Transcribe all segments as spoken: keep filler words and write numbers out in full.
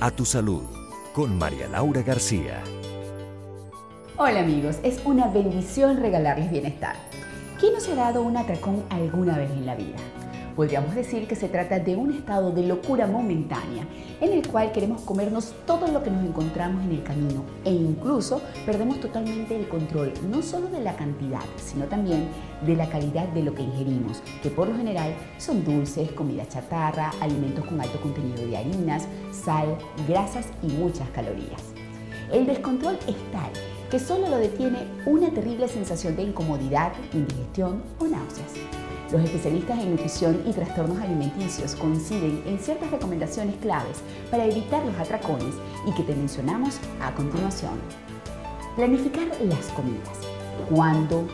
A tu salud, con María Laura García. Hola amigos, es una bendición regalarles bienestar. ¿Quién no se ha dado un atracón alguna vez en la vida? Podríamos decir que se trata de un estado de locura momentánea en el cual queremos comernos todo lo que nos encontramos en el camino e incluso perdemos totalmente el control no solo de la cantidad, sino también de la calidad de lo que ingerimos, que por lo general son dulces, comida chatarra, alimentos con alto contenido de harinas, sal, grasas y muchas calorías. El descontrol es tal que solo lo detiene una terrible sensación de incomodidad, indigestión o náuseas. Los especialistas en nutrición y trastornos alimenticios coinciden en ciertas recomendaciones claves para evitar los atracones y que te mencionamos a continuación. Planificar las comidas. ¿Cuándo,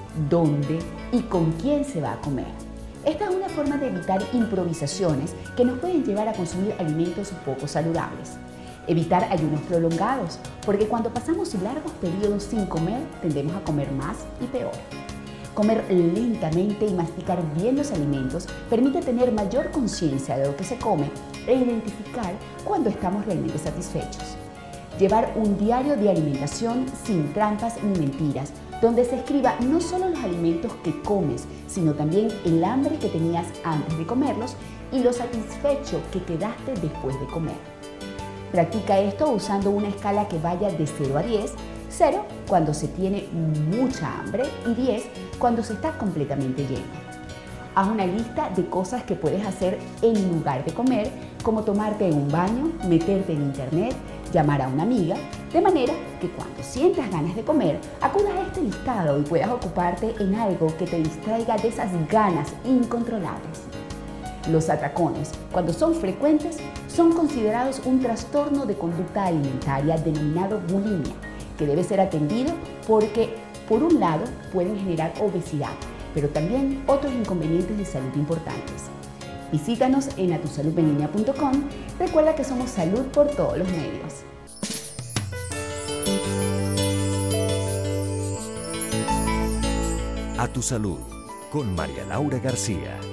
dónde y con quién se va a comer? Esta es una forma de evitar improvisaciones que nos pueden llevar a consumir alimentos poco saludables. Evitar ayunos prolongados, porque cuando pasamos largos periodos sin comer, tendemos a comer más y peor. Comer lentamente y masticar bien los alimentos permite tener mayor conciencia de lo que se come e identificar cuando estamos realmente satisfechos. Llevar un diario de alimentación sin trampas ni mentiras, donde se escriba no solo los alimentos que comes, sino también el hambre que tenías antes de comerlos y lo satisfecho que quedaste después de comer. Practica esto usando una escala que vaya de cero a diez, cero cuando se tiene mucha hambre y diez cuando se está completamente lleno. Haz una lista de cosas que puedes hacer en lugar de comer, como tomarte un baño, meterte en internet, llamar a una amiga, de manera que cuando sientas ganas de comer, acudas a este listado y puedas ocuparte en algo que te distraiga de esas ganas incontrolables. Los atracones, cuando son frecuentes, son considerados un trastorno de conducta alimentaria denominado bulimia, que debe ser atendido porque, por un lado, pueden generar obesidad, pero también otros inconvenientes de salud importantes. Visítanos en a tu salud en línea punto com. Recuerda que somos salud por todos los medios. A tu salud, con María Laura García.